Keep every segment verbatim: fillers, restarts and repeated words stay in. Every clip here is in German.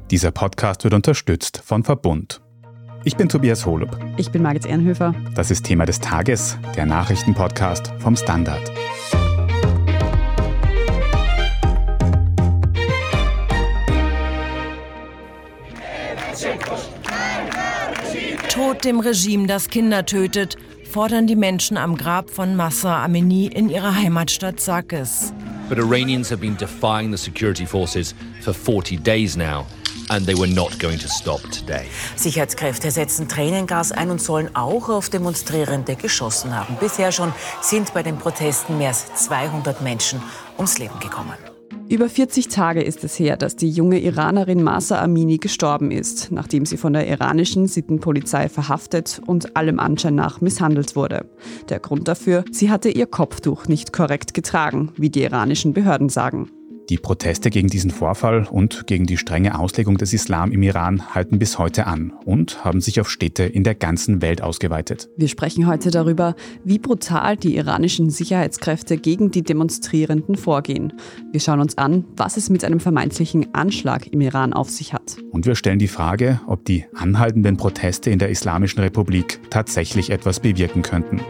Dieser Podcast wird unterstützt von Verbund. Ich bin Tobias Holub. Ich bin Margit Ehrenhöfer. Das ist Thema des Tages, der Nachrichtenpodcast vom Standard. Tod dem Regime, das Kinder tötet, fordern die Menschen am Grab von Mahsa Amini in ihrer Heimatstadt Sakis. But Iranians have been defying the security forces for forty days now. And they were not going to stop today. Sicherheitskräfte setzen Tränengas ein und sollen auch auf Demonstrierende geschossen haben. Bisher schon sind bei den Protesten mehr als zweihundert Menschen ums Leben gekommen. Über vierzig Tage ist es her, dass die junge Iranerin Mahsa Amini gestorben ist, nachdem sie von der iranischen Sittenpolizei verhaftet und allem Anschein nach misshandelt wurde. Der Grund dafür: sie hatte ihr Kopftuch nicht korrekt getragen, wie die iranischen Behörden sagen. Die Proteste gegen diesen Vorfall und gegen die strenge Auslegung des Islam im Iran halten bis heute an und haben sich auf Städte in der ganzen Welt ausgeweitet. Wir sprechen heute darüber, wie brutal die iranischen Sicherheitskräfte gegen die Demonstrierenden vorgehen. Wir schauen uns an, was es mit einem vermeintlichen Anschlag im Iran auf sich hat. Und wir stellen die Frage, ob die anhaltenden Proteste in der Islamischen Republik tatsächlich etwas bewirken könnten.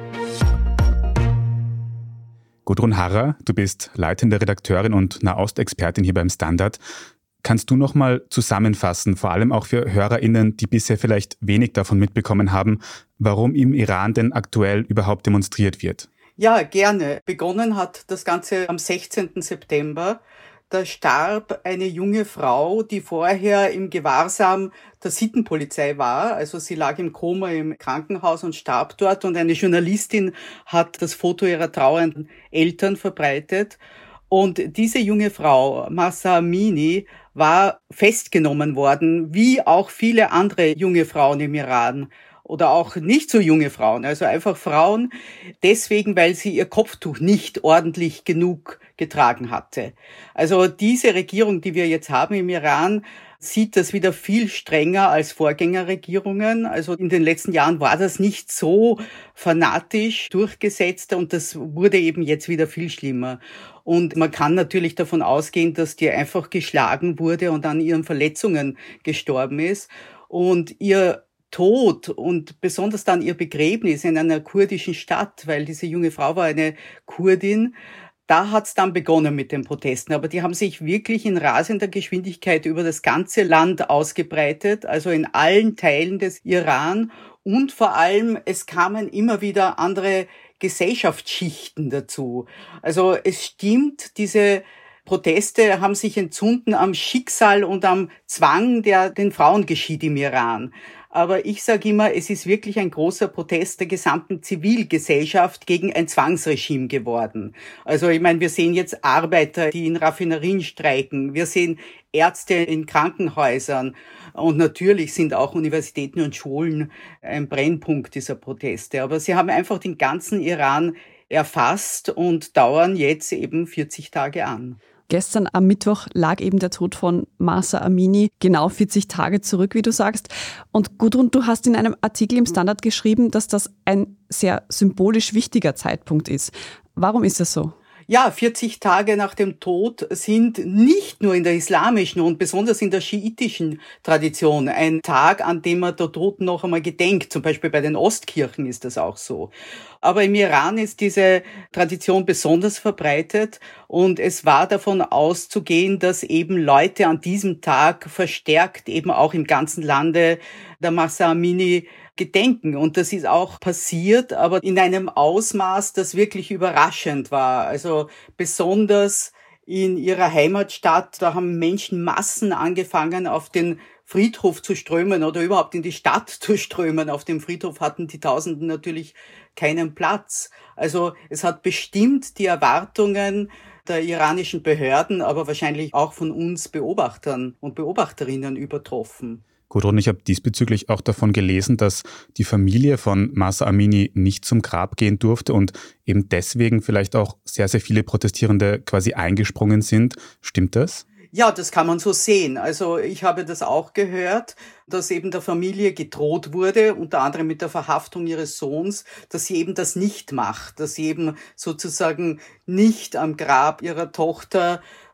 Gudrun Harrer, du bist leitende Redakteurin und Nahostexpertin hier beim Standard. Kannst du noch mal zusammenfassen, vor allem auch für HörerInnen, die bisher vielleicht wenig davon mitbekommen haben, warum im Iran denn aktuell überhaupt demonstriert wird? Ja, gerne. Begonnen hat das Ganze am sechzehnten September. Da starb eine junge Frau, die vorher im Gewahrsam der Sittenpolizei war. Also sie lag im Koma im Krankenhaus und starb dort. Und eine Journalistin hat das Foto ihrer trauernden Eltern verbreitet. Und diese junge Frau, Mahsa Amini, war festgenommen worden, wie auch viele andere junge Frauen im Iran. Oder auch nicht so junge Frauen, also einfach Frauen, deswegen, weil sie ihr Kopftuch nicht ordentlich genug getragen hatte. Also diese Regierung, die wir jetzt haben im Iran, sieht das wieder viel strenger als Vorgängerregierungen. Also in den letzten Jahren war das nicht so fanatisch durchgesetzt und das wurde eben jetzt wieder viel schlimmer. Und man kann natürlich davon ausgehen, dass die einfach geschlagen wurde und an ihren Verletzungen gestorben ist. Und ihr Tod und besonders dann ihr Begräbnis in einer kurdischen Stadt, weil diese junge Frau war eine Kurdin, da hat's dann begonnen mit den Protesten. Aber die haben sich wirklich in rasender Geschwindigkeit über das ganze Land ausgebreitet, also in allen Teilen des Iran. Und vor allem, es kamen immer wieder andere Gesellschaftsschichten dazu. Also es stimmt, diese Proteste haben sich entzünden am Schicksal und am Zwang, der den Frauen geschieht im Iran. Aber ich sage immer, es ist wirklich ein großer Protest der gesamten Zivilgesellschaft gegen ein Zwangsregime geworden. Also ich meine, wir sehen jetzt Arbeiter, die in Raffinerien streiken. Wir sehen Ärzte in Krankenhäusern. Und natürlich sind auch Universitäten und Schulen ein Brennpunkt dieser Proteste. Aber sie haben einfach den ganzen Iran erfasst und dauern jetzt eben vierzig Tage an. Gestern am Mittwoch lag eben der Tod von Mahsa Amini genau vierzig Tage zurück, wie du sagst. Und Gudrun, du hast in einem Artikel im Standard geschrieben, dass das ein sehr symbolisch wichtiger Zeitpunkt ist. Warum ist das so? Ja, vierzig Tage nach dem Tod sind nicht nur in der islamischen und besonders in der schiitischen Tradition ein Tag, an dem man der Toten noch einmal gedenkt. Zum Beispiel bei den Ostkirchen ist das auch so. Aber im Iran ist diese Tradition besonders verbreitet und es war davon auszugehen, dass eben Leute an diesem Tag verstärkt eben auch im ganzen Lande der Mahsa Amini gedenken. Und das ist auch passiert, aber in einem Ausmaß, das wirklich überraschend war. Also besonders in ihrer Heimatstadt, da haben Menschenmassen angefangen, auf den Friedhof zu strömen oder überhaupt in die Stadt zu strömen. Auf dem Friedhof hatten die Tausenden natürlich keinen Platz. Also es hat bestimmt die Erwartungen der iranischen Behörden, aber wahrscheinlich auch von uns Beobachtern und Beobachterinnen übertroffen. Gudrun, ich habe diesbezüglich auch davon gelesen, dass die Familie von Mahsa Amini nicht zum Grab gehen durfte und eben deswegen vielleicht auch sehr, sehr viele Protestierende quasi eingesprungen sind. Stimmt das? Ja, das kann man so sehen. Also ich habe das auch gehört, dass eben der Familie gedroht wurde, unter anderem mit der Verhaftung ihres Sohns, dass sie eben das nicht macht, dass sie eben sozusagen nicht am Grab ihrer Tochter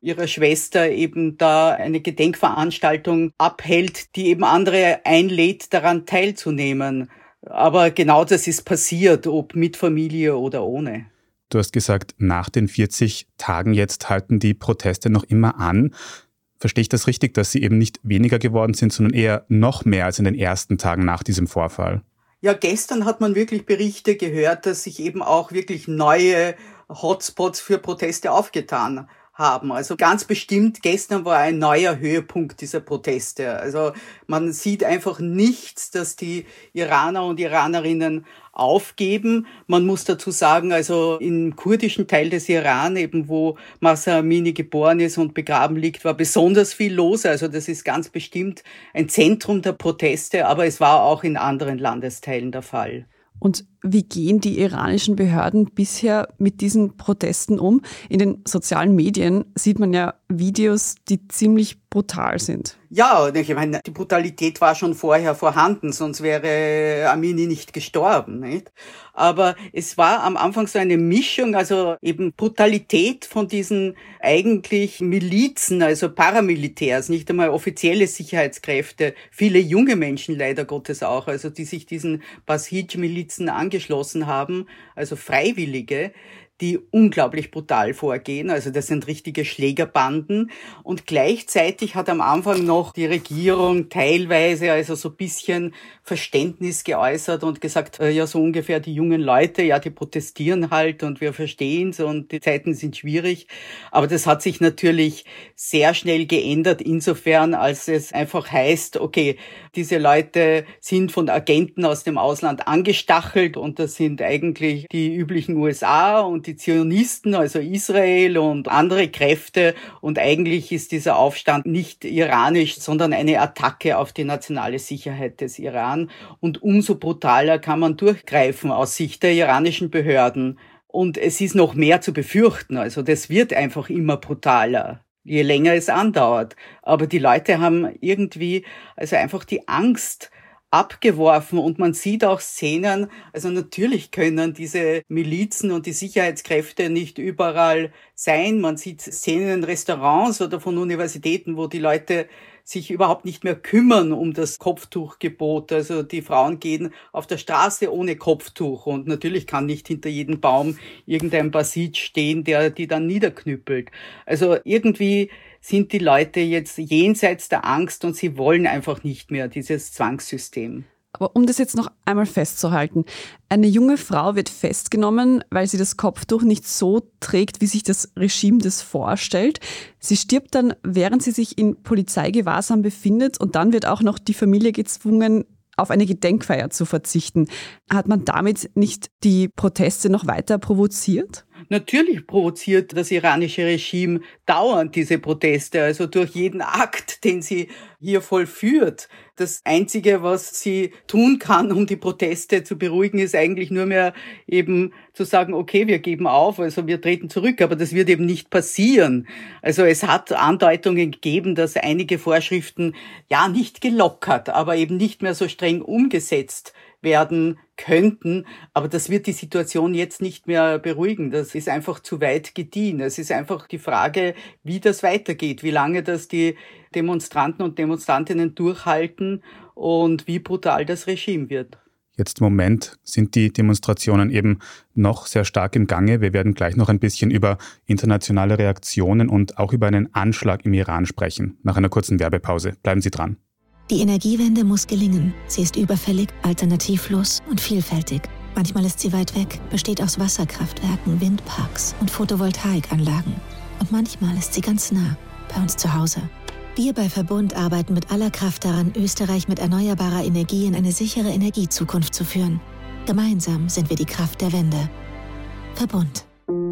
ihrer Schwester eben da eine Gedenkveranstaltung abhält, die eben andere einlädt, daran teilzunehmen. Aber genau das ist passiert, ob mit Familie oder ohne. Du hast gesagt, nach den vierzig Tagen jetzt halten die Proteste noch immer an. Verstehe ich das richtig, dass sie eben nicht weniger geworden sind, sondern eher noch mehr als in den ersten Tagen nach diesem Vorfall? Ja, gestern hat man wirklich Berichte gehört, dass sich eben auch wirklich neue Hotspots für Proteste aufgetan haben. Also ganz bestimmt, gestern war ein neuer Höhepunkt dieser Proteste. Also man sieht einfach nichts, dass die Iraner und Iranerinnen aufgeben. Man muss dazu sagen, also im kurdischen Teil des Iran, eben wo Mahsa Amini geboren ist und begraben liegt, war besonders viel los. Also das ist ganz bestimmt ein Zentrum der Proteste, aber es war auch in anderen Landesteilen der Fall. Und wie gehen die iranischen Behörden bisher mit diesen Protesten um? In den sozialen Medien sieht man ja Videos, die ziemlich brutal sind. Ja, ich meine, die Brutalität war schon vorher vorhanden, sonst wäre Amini nicht gestorben, nicht? Aber es war am Anfang so eine Mischung, also eben Brutalität von diesen eigentlich Milizen, also Paramilitärs, nicht einmal offizielle Sicherheitskräfte, viele junge Menschen leider Gottes auch, also die sich diesen Basij-Milizen angeschlossen haben, also Freiwillige, die unglaublich brutal vorgehen. Also das sind richtige Schlägerbanden. Und gleichzeitig hat am Anfang noch die Regierung teilweise also so ein bisschen Verständnis geäußert und gesagt, äh, ja so ungefähr die jungen Leute, ja die protestieren halt und wir verstehen's und die Zeiten sind schwierig. Aber das hat sich natürlich sehr schnell geändert, insofern als es einfach heißt, okay, diese Leute sind von Agenten aus dem Ausland angestachelt und das sind eigentlich die üblichen U S A und die Zionisten, also Israel und andere Kräfte. Und eigentlich ist dieser Aufstand nicht iranisch, sondern eine Attacke auf die nationale Sicherheit des Iran. Und umso brutaler kann man durchgreifen aus Sicht der iranischen Behörden. Und es ist noch mehr zu befürchten. Also das wird einfach immer brutaler, je länger es andauert. Aber die Leute haben irgendwie also einfach die Angst abgeworfen und man sieht auch Szenen, also natürlich können diese Milizen und die Sicherheitskräfte nicht überall sein. Man sieht Szenen in Restaurants oder von Universitäten, wo die Leute sich überhaupt nicht mehr kümmern um das Kopftuchgebot. Also die Frauen gehen auf der Straße ohne Kopftuch und natürlich kann nicht hinter jedem Baum irgendein Basij stehen, der die dann niederknüppelt. Also irgendwie sind die Leute jetzt jenseits der Angst und sie wollen einfach nicht mehr dieses Zwangssystem. Aber um das jetzt noch einmal festzuhalten, eine junge Frau wird festgenommen, weil sie das Kopftuch nicht so trägt, wie sich das Regime das vorstellt. Sie stirbt dann, während sie sich in Polizeigewahrsam befindet und dann wird auch noch die Familie gezwungen, auf eine Gedenkfeier zu verzichten. Hat man damit nicht die Proteste noch weiter provoziert? Natürlich provoziert das iranische Regime dauernd diese Proteste, also durch jeden Akt, den sie hier vollführt. Das Einzige, was sie tun kann, um die Proteste zu beruhigen, ist eigentlich nur mehr eben zu sagen, okay, wir geben auf, also wir treten zurück, aber das wird eben nicht passieren. Also es hat Andeutungen gegeben, dass einige Vorschriften ja nicht gelockert, aber eben nicht mehr so streng umgesetzt werden könnten, aber das wird die Situation jetzt nicht mehr beruhigen. Das ist einfach zu weit gediehen. Es ist einfach die Frage, wie das weitergeht, wie lange das die Demonstranten und Demonstrantinnen durchhalten und wie brutal das Regime wird. Jetzt im Moment sind die Demonstrationen eben noch sehr stark im Gange. Wir werden gleich noch ein bisschen über internationale Reaktionen und auch über einen Anschlag im Iran sprechen. Nach einer kurzen Werbepause. Bleiben Sie dran. Die Energiewende muss gelingen. Sie ist überfällig, alternativlos und vielfältig. Manchmal ist sie weit weg, besteht aus Wasserkraftwerken, Windparks und Photovoltaikanlagen. Und manchmal ist sie ganz nah, bei uns zu Hause. Wir bei Verbund arbeiten mit aller Kraft daran, Österreich mit erneuerbarer Energie in eine sichere Energiezukunft zu führen. Gemeinsam sind wir die Kraft der Wende. Verbund.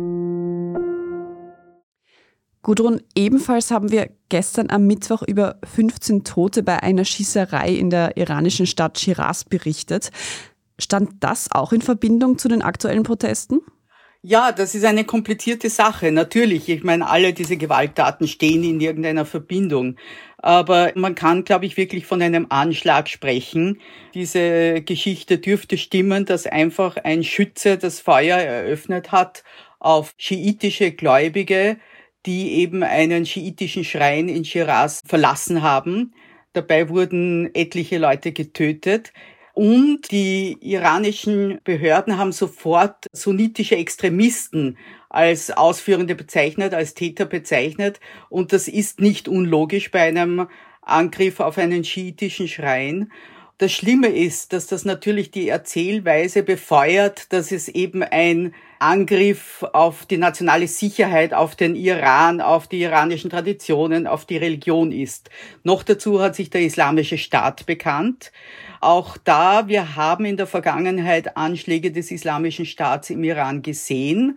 Gudrun, ebenfalls haben wir gestern am Mittwoch über fünfzehn Tote bei einer Schießerei in der iranischen Stadt Schiraz berichtet. Stand das auch in Verbindung zu den aktuellen Protesten? Ja, das ist eine komplizierte Sache. Natürlich, ich meine, alle diese Gewalttaten stehen in irgendeiner Verbindung. Aber man kann, glaube ich, wirklich von einem Anschlag sprechen. Diese Geschichte dürfte stimmen, dass einfach ein Schütze das Feuer eröffnet hat auf schiitische Gläubige, die eben einen schiitischen Schrein in Schiraz verlassen haben. Dabei wurden etliche Leute getötet. Und die iranischen Behörden haben sofort sunnitische Extremisten als Ausführende bezeichnet, als Täter bezeichnet. Und das ist nicht unlogisch bei einem Angriff auf einen schiitischen Schrein. Das Schlimme ist, dass das natürlich die Erzählweise befeuert, dass es eben ein Angriff auf die nationale Sicherheit, auf den Iran, auf die iranischen Traditionen, auf die Religion ist. Noch dazu hat sich der Islamische Staat bekannt. Auch da, wir haben in der Vergangenheit Anschläge des Islamischen Staats im Iran gesehen,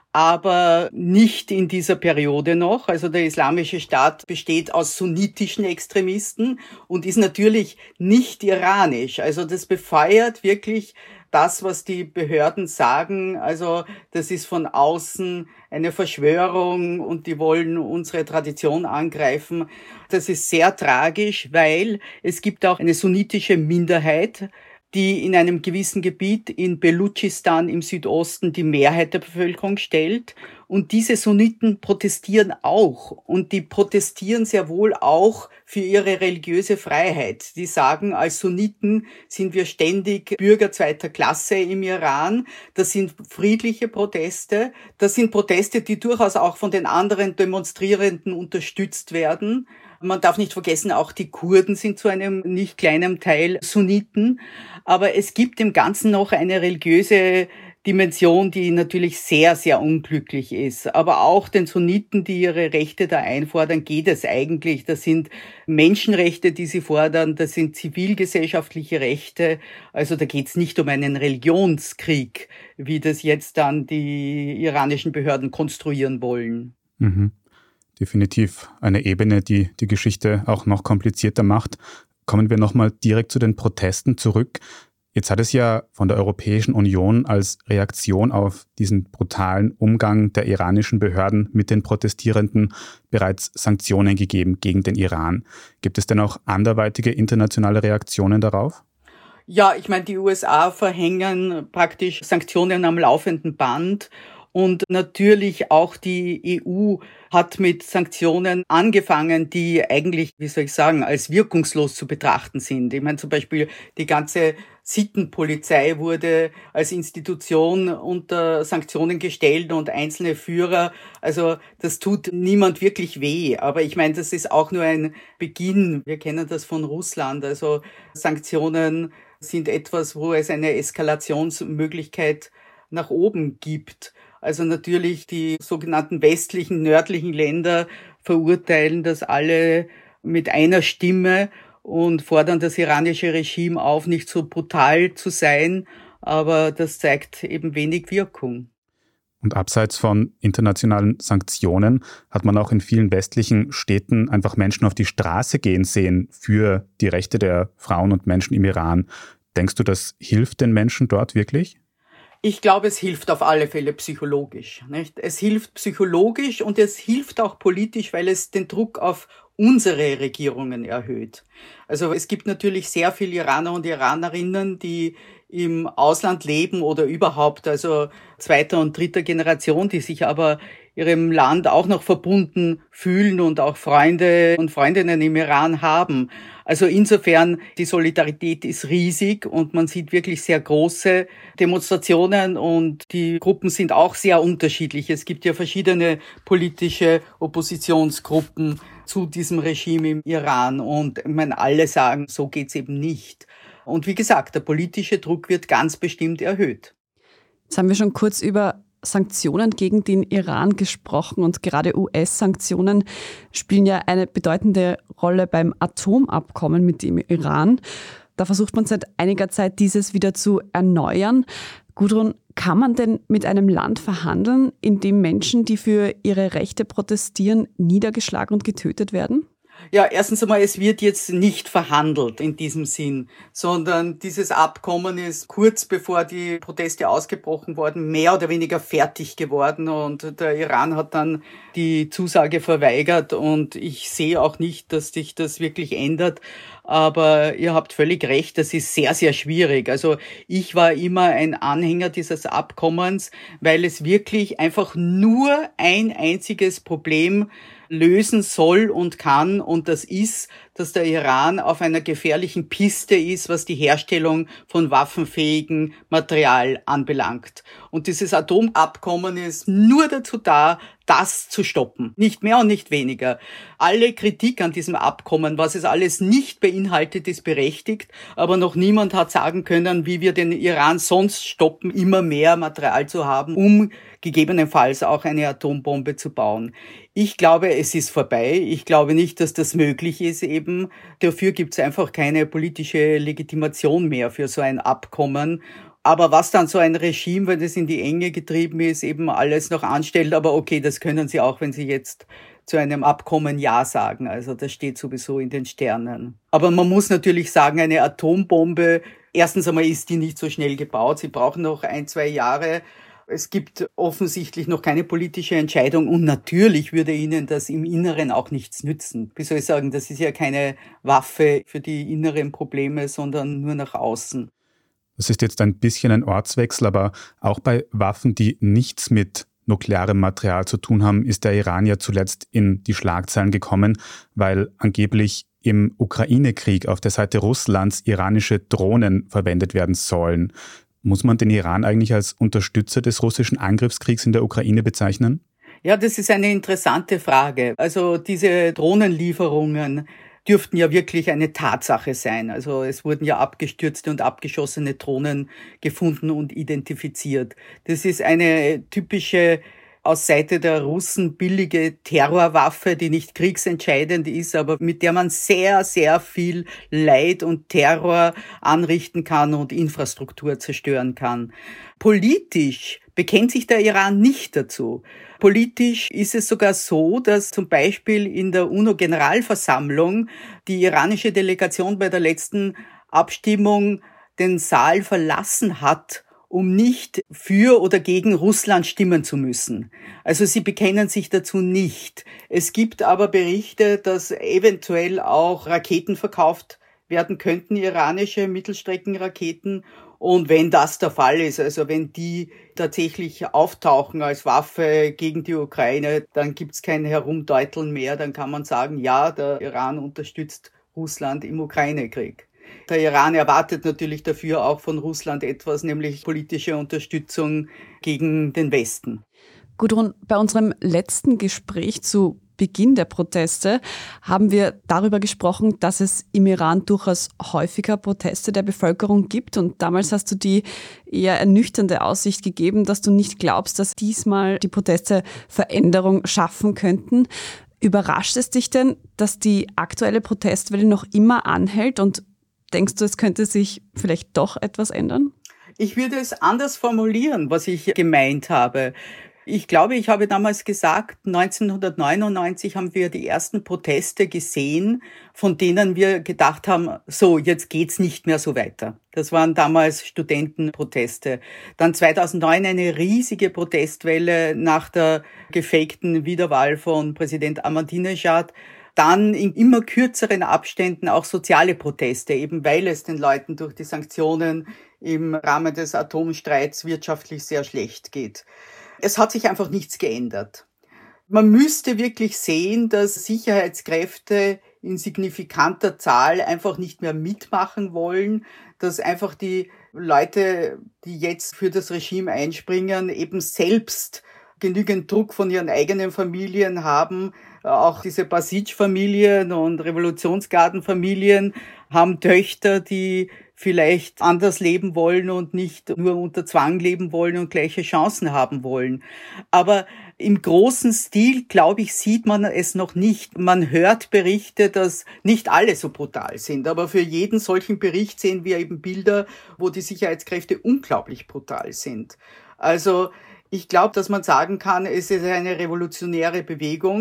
aber nicht in dieser Periode noch. Also der Islamische Staat besteht aus sunnitischen Extremisten und ist natürlich nicht iranisch. Also das befeuert wirklich das, was die Behörden sagen. Also das ist von außen eine Verschwörung und die wollen unsere Tradition angreifen. Das ist sehr tragisch, weil es gibt auch eine sunnitische Minderheit, die in einem gewissen Gebiet in Belutschistan im Südosten die Mehrheit der Bevölkerung stellt. Und diese Sunniten protestieren auch. Und die protestieren sehr wohl auch für ihre religiöse Freiheit. Die sagen, als Sunniten sind wir ständig Bürger zweiter Klasse im Iran. Das sind friedliche Proteste. Das sind Proteste, die durchaus auch von den anderen Demonstrierenden unterstützt werden. Man darf nicht vergessen, auch die Kurden sind zu einem nicht kleinen Teil Sunniten. Aber es gibt im Ganzen noch eine religiöse Dimension, die natürlich sehr, sehr unglücklich ist. Aber auch den Sunniten, die ihre Rechte da einfordern, geht es eigentlich. Das sind Menschenrechte, die sie fordern. Das sind zivilgesellschaftliche Rechte. Also da geht es nicht um einen Religionskrieg, wie das jetzt dann die iranischen Behörden konstruieren wollen. Mhm. Definitiv eine Ebene, die die Geschichte auch noch komplizierter macht. Kommen wir nochmal direkt zu den Protesten zurück. Jetzt hat es ja von der Europäischen Union als Reaktion auf diesen brutalen Umgang der iranischen Behörden mit den Protestierenden bereits Sanktionen gegeben gegen den Iran. Gibt es denn auch anderweitige internationale Reaktionen darauf? Ja, ich meine, die U S A verhängen praktisch Sanktionen am laufenden Band. Und natürlich auch die E U hat mit Sanktionen angefangen, die eigentlich, wie soll ich sagen, als wirkungslos zu betrachten sind. Ich meine zum Beispiel die ganze Sittenpolizei wurde als Institution unter Sanktionen gestellt und einzelne Führer. Also das tut niemand wirklich weh. Aber ich meine, das ist auch nur ein Beginn. Wir kennen das von Russland. Also Sanktionen sind etwas, wo es eine Eskalationsmöglichkeit nach oben gibt. Also natürlich die sogenannten westlichen, nördlichen Länder verurteilen das alle mit einer Stimme und fordern das iranische Regime auf, nicht so brutal zu sein. Aber das zeigt eben wenig Wirkung. Und abseits von internationalen Sanktionen hat man auch in vielen westlichen Städten einfach Menschen auf die Straße gehen sehen für die Rechte der Frauen und Menschen im Iran. Denkst du, das hilft den Menschen dort wirklich? Ich glaube, es hilft auf alle Fälle psychologisch, nicht? Es hilft psychologisch und es hilft auch politisch, weil es den Druck auf unsere Regierungen erhöht. Also es gibt natürlich sehr viele Iraner und Iranerinnen, die im Ausland leben oder überhaupt, also zweiter und dritter Generation, die sich aber ihrem Land auch noch verbunden fühlen und auch Freunde und Freundinnen im Iran haben. Also insofern, die Solidarität ist riesig und man sieht wirklich sehr große Demonstrationen und die Gruppen sind auch sehr unterschiedlich. Es gibt ja verschiedene politische Oppositionsgruppen zu diesem Regime im Iran und ich meine, alle sagen, so geht's eben nicht. Und wie gesagt, der politische Druck wird ganz bestimmt erhöht. Jetzt haben wir schon kurz über Sanktionen gegen den Iran gesprochen und gerade U S-Sanktionen spielen ja eine bedeutende Rolle beim Atomabkommen mit dem Iran. Da versucht man seit einiger Zeit, dieses wieder zu erneuern. Gudrun, kann man denn mit einem Land verhandeln, in dem Menschen, die für ihre Rechte protestieren, niedergeschlagen und getötet werden? Ja, erstens einmal, es wird jetzt nicht verhandelt in diesem Sinn, sondern dieses Abkommen ist kurz bevor die Proteste ausgebrochen wurden, mehr oder weniger fertig geworden und der Iran hat dann die Zusage verweigert und ich sehe auch nicht, dass sich das wirklich ändert. Aber ihr habt völlig recht, das ist sehr, sehr schwierig. Also ich war immer ein Anhänger dieses Abkommens, weil es wirklich einfach nur ein einziges Problem lösen soll und kann, und das ist, dass der Iran auf einer gefährlichen Piste ist, was die Herstellung von waffenfähigem Material anbelangt. Und dieses Atomabkommen ist nur dazu da, das zu stoppen. Nicht mehr und nicht weniger. Alle Kritik an diesem Abkommen, was es alles nicht beinhaltet, ist berechtigt, aber noch niemand hat sagen können, wie wir den Iran sonst stoppen, immer mehr Material zu haben, um gegebenenfalls auch eine Atombombe zu bauen. Ich glaube, es ist vorbei. Ich glaube nicht, dass das möglich ist eben. Dafür gibt es einfach keine politische Legitimation mehr für so ein Abkommen. Aber was dann so ein Regime, wenn es in die Enge getrieben ist, eben alles noch anstellt, aber okay, das können sie auch, wenn sie jetzt zu einem Abkommen Ja sagen. Also das steht sowieso in den Sternen. Aber man muss natürlich sagen, eine Atombombe, erstens einmal ist die nicht so schnell gebaut. Sie brauchen noch ein, zwei Jahre. Es gibt offensichtlich noch keine politische Entscheidung und natürlich würde ihnen das im Inneren auch nichts nützen. Wie soll ich sagen, das ist ja keine Waffe für die inneren Probleme, sondern nur nach außen. Das ist jetzt ein bisschen ein Ortswechsel, aber auch bei Waffen, die nichts mit nuklearem Material zu tun haben, ist der Iran ja zuletzt in die Schlagzeilen gekommen, weil angeblich im Ukraine-Krieg auf der Seite Russlands iranische Drohnen verwendet werden sollen. Muss man den Iran eigentlich als Unterstützer des russischen Angriffskriegs in der Ukraine bezeichnen? Ja, das ist eine interessante Frage. Also diese Drohnenlieferungen dürften ja wirklich eine Tatsache sein. Also es wurden ja abgestürzte und abgeschossene Drohnen gefunden und identifiziert. Das ist eine typische aus Seite der Russen billige Terrorwaffe, die nicht kriegsentscheidend ist, aber mit der man sehr, sehr viel Leid und Terror anrichten kann und Infrastruktur zerstören kann. Politisch bekennt sich der Iran nicht dazu. Politisch ist es sogar so, dass zum Beispiel in der UNO-Generalversammlung die iranische Delegation bei der letzten Abstimmung den Saal verlassen hat, um nicht für oder gegen Russland stimmen zu müssen. Also sie bekennen sich dazu nicht. Es gibt aber Berichte, dass eventuell auch Raketen verkauft werden könnten, iranische Mittelstreckenraketen. Und wenn das der Fall ist, also wenn die tatsächlich auftauchen als Waffe gegen die Ukraine, dann gibt's kein Herumdeuteln mehr. Dann kann man sagen, ja, der Iran unterstützt Russland im Ukraine-Krieg. Der Iran erwartet natürlich dafür auch von Russland etwas, nämlich politische Unterstützung gegen den Westen. Gudrun, bei unserem letzten Gespräch zu Beginn der Proteste haben wir darüber gesprochen, dass es im Iran durchaus häufiger Proteste der Bevölkerung gibt. Und damals hast du die eher ernüchternde Aussicht gegeben, dass du nicht glaubst, dass diesmal die Proteste Veränderung schaffen könnten. Überrascht es dich denn, dass die aktuelle Protestwelle noch immer anhält, und denkst du, es könnte sich vielleicht doch etwas ändern? Ich würde es anders formulieren, was ich gemeint habe. Ich glaube, ich habe damals gesagt, neunzehnhundertneunundneunzig haben wir die ersten Proteste gesehen, von denen wir gedacht haben, so, jetzt geht's nicht mehr so weiter. Das waren damals Studentenproteste. Dann zweitausendneun eine riesige Protestwelle nach der gefakten Wiederwahl von Präsident Ahmadinejad. Dann in immer kürzeren Abständen auch soziale Proteste, eben weil es den Leuten durch die Sanktionen im Rahmen des Atomstreits wirtschaftlich sehr schlecht geht. Es hat sich einfach nichts geändert. Man müsste wirklich sehen, dass Sicherheitskräfte in signifikanter Zahl einfach nicht mehr mitmachen wollen, dass einfach die Leute, die jetzt für das Regime einspringen, eben selbst genügend Druck von ihren eigenen Familien haben. Auch diese Basij-Familien und Revolutionsgarden-Familien haben Töchter, die vielleicht anders leben wollen und nicht nur unter Zwang leben wollen und gleiche Chancen haben wollen. Aber im großen Stil, glaube ich, sieht man es noch nicht. Man hört Berichte, dass nicht alle so brutal sind. Aber für jeden solchen Bericht sehen wir eben Bilder, wo die Sicherheitskräfte unglaublich brutal sind. Also ich glaube, dass man sagen kann, es ist eine revolutionäre Bewegung,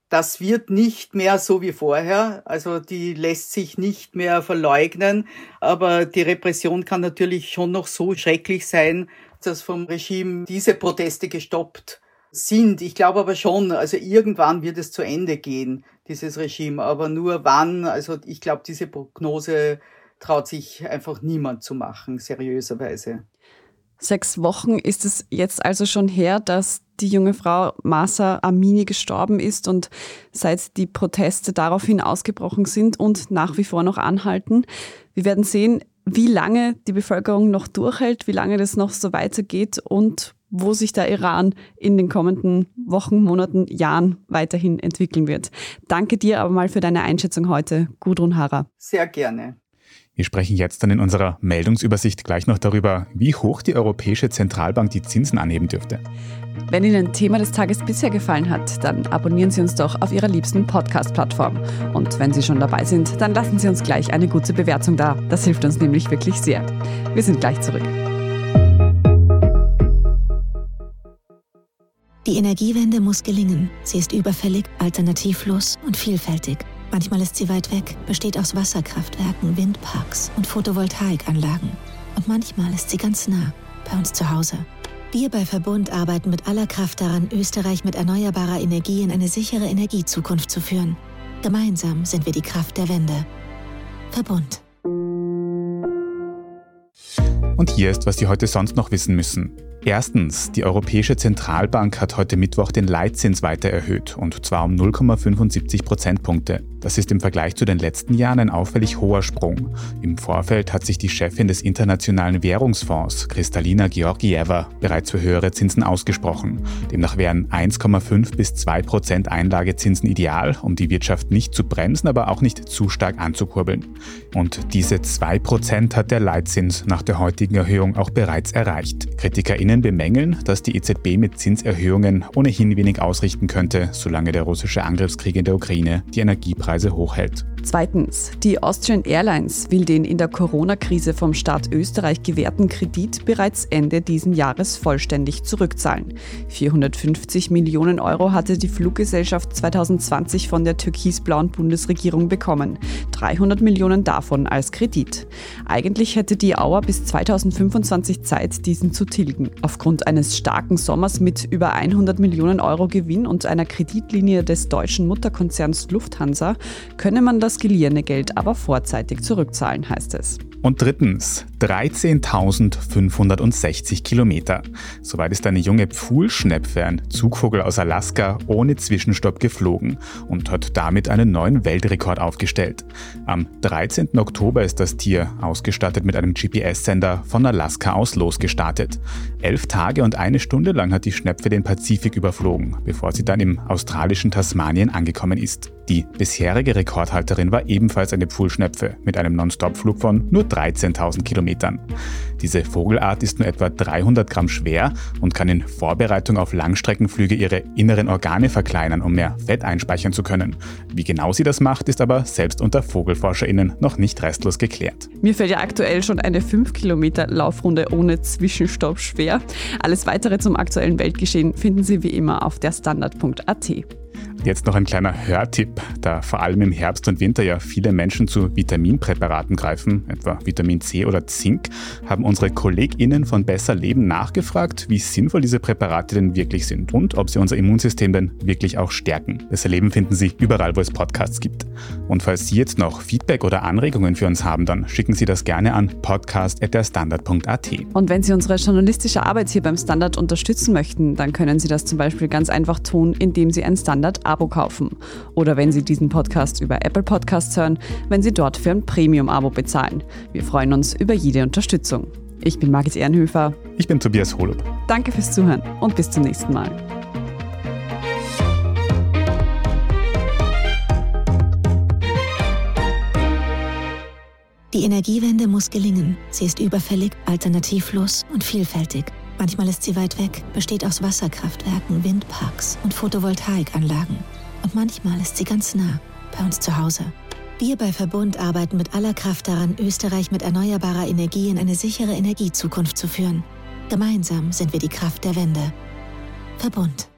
Das wird nicht mehr so wie vorher, also die lässt sich nicht mehr verleugnen, aber die Repression kann natürlich schon noch so schrecklich sein, dass vom Regime diese Proteste gestoppt sind. Ich glaube aber schon, also irgendwann wird es zu Ende gehen, dieses Regime, aber nur wann, also ich glaube, diese Prognose traut sich einfach niemand zu machen, seriöserweise. Sechs Wochen ist es jetzt also schon her, dass die junge Frau Mahsa Amini gestorben ist und seit die Proteste daraufhin ausgebrochen sind und nach wie vor noch anhalten. Wir werden sehen, wie lange die Bevölkerung noch durchhält, wie lange das noch so weitergeht und wo sich der Iran in den kommenden Wochen, Monaten, Jahren weiterhin entwickeln wird. Danke dir aber mal für deine Einschätzung heute, Gudrun Harrer. Sehr gerne. Wir sprechen jetzt dann in unserer Meldungsübersicht gleich noch darüber, wie hoch die Europäische Zentralbank die Zinsen anheben dürfte. Wenn Ihnen Thema des Tages bisher gefallen hat, dann abonnieren Sie uns doch auf Ihrer liebsten Podcast-Plattform. Und wenn Sie schon dabei sind, dann lassen Sie uns gleich eine gute Bewertung da. Das hilft uns nämlich wirklich sehr. Wir sind gleich zurück. Die Energiewende muss gelingen. Sie ist überfällig, alternativlos und vielfältig. Manchmal ist sie weit weg, besteht aus Wasserkraftwerken, Windparks und Photovoltaikanlagen. Und manchmal ist sie ganz nah, bei uns zu Hause. Wir bei Verbund arbeiten mit aller Kraft daran, Österreich mit erneuerbarer Energie in eine sichere Energiezukunft zu führen. Gemeinsam sind wir die Kraft der Wende. Verbund. Und hier ist, was Sie heute sonst noch wissen müssen. Erstens, die Europäische Zentralbank hat heute Mittwoch den Leitzins weiter erhöht, und zwar um null Komma fünfundsiebzig Prozentpunkte. Das ist im Vergleich zu den letzten Jahren ein auffällig hoher Sprung. Im Vorfeld hat sich die Chefin des Internationalen Währungsfonds, Kristalina Georgieva, bereits für höhere Zinsen ausgesprochen. Demnach wären eins Komma fünf bis zwei Prozent Einlagezinsen ideal, um die Wirtschaft nicht zu bremsen, aber auch nicht zu stark anzukurbeln. Und diese zwei Prozent hat der Leitzins nach der heutigen Erhöhung auch bereits erreicht. KritikerInnen bemängeln, dass die E Z B mit Zinserhöhungen ohnehin wenig ausrichten könnte, solange der russische Angriffskrieg in der Ukraine die Energiepreise hochhält. Zweitens, die Austrian Airlines will den in der Corona-Krise vom Staat Österreich gewährten Kredit bereits Ende diesen Jahres vollständig zurückzahlen. vierhundertfünfzig Millionen Euro hatte die Fluggesellschaft zwanzig zwanzig von der türkisblauen Bundesregierung bekommen, dreihundert Millionen davon als Kredit. Eigentlich hätte die Auer bis zweitausendfünfundzwanzig Zeit, diesen zu tilgen. Aufgrund eines starken Sommers mit über hundert Millionen Euro Gewinn und einer Kreditlinie des deutschen Mutterkonzerns Lufthansa könne man das geliehene Geld aber vorzeitig zurückzahlen, heißt es. Und drittens, dreizehntausendfünfhundertsechzig Kilometer. Soweit ist eine junge Pfuhlschnepfe, ein Zugvogel aus Alaska, ohne Zwischenstopp geflogen und hat damit einen neuen Weltrekord aufgestellt. Am dreizehnten Oktober ist das Tier, ausgestattet mit einem G P S-Sender, von Alaska aus losgestartet. Elf Tage und eine Stunde lang hat die Schnepfe den Pazifik überflogen, bevor sie dann im australischen Tasmanien angekommen ist. Die bisherige Rekordhalterin war ebenfalls eine Pfuhlschnepfe mit einem Non-Stop-Flug von nur dreizehntausend Kilometern. Diese Vogelart ist nur etwa dreihundert Gramm schwer und kann in Vorbereitung auf Langstreckenflüge ihre inneren Organe verkleinern, um mehr Fett einspeichern zu können. Wie genau sie das macht, ist aber selbst unter VogelforscherInnen noch nicht restlos geklärt. Mir fällt ja aktuell schon eine fünf Kilometer Laufrunde ohne Zwischenstopp schwer. Alles weitere zum aktuellen Weltgeschehen finden Sie wie immer auf der Standard punkt a t. Jetzt noch ein kleiner Hörtipp, da vor allem im Herbst und Winter ja viele Menschen zu Vitaminpräparaten greifen, etwa Vitamin C oder Zink, haben unsere KollegInnen von Besser Leben nachgefragt, wie sinnvoll diese Präparate denn wirklich sind und ob sie unser Immunsystem denn wirklich auch stärken. Besser Leben finden Sie überall, wo es Podcasts gibt. Und falls Sie jetzt noch Feedback oder Anregungen für uns haben, dann schicken Sie das gerne an podcast at der standard punkt a t. Und wenn Sie unsere journalistische Arbeit hier beim Standard unterstützen möchten, dann können Sie das zum Beispiel ganz einfach tun, indem Sie ein Standard-Abo kaufen. Oder wenn Sie diesen Podcast über Apple Podcasts hören, wenn Sie dort für ein Premium-Abo bezahlen. Wir freuen uns über jede Unterstützung. Ich bin Margit Ehrenhöfer. Ich bin Tobias Holub. Danke fürs Zuhören und bis zum nächsten Mal. Die Energiewende muss gelingen. Sie ist überfällig, alternativlos und vielfältig. Manchmal ist sie weit weg, besteht aus Wasserkraftwerken, Windparks und Photovoltaikanlagen. Und manchmal ist sie ganz nah, bei uns zu Hause. Wir bei Verbund arbeiten mit aller Kraft daran, Österreich mit erneuerbarer Energie in eine sichere Energiezukunft zu führen. Gemeinsam sind wir die Kraft der Wende. Verbund.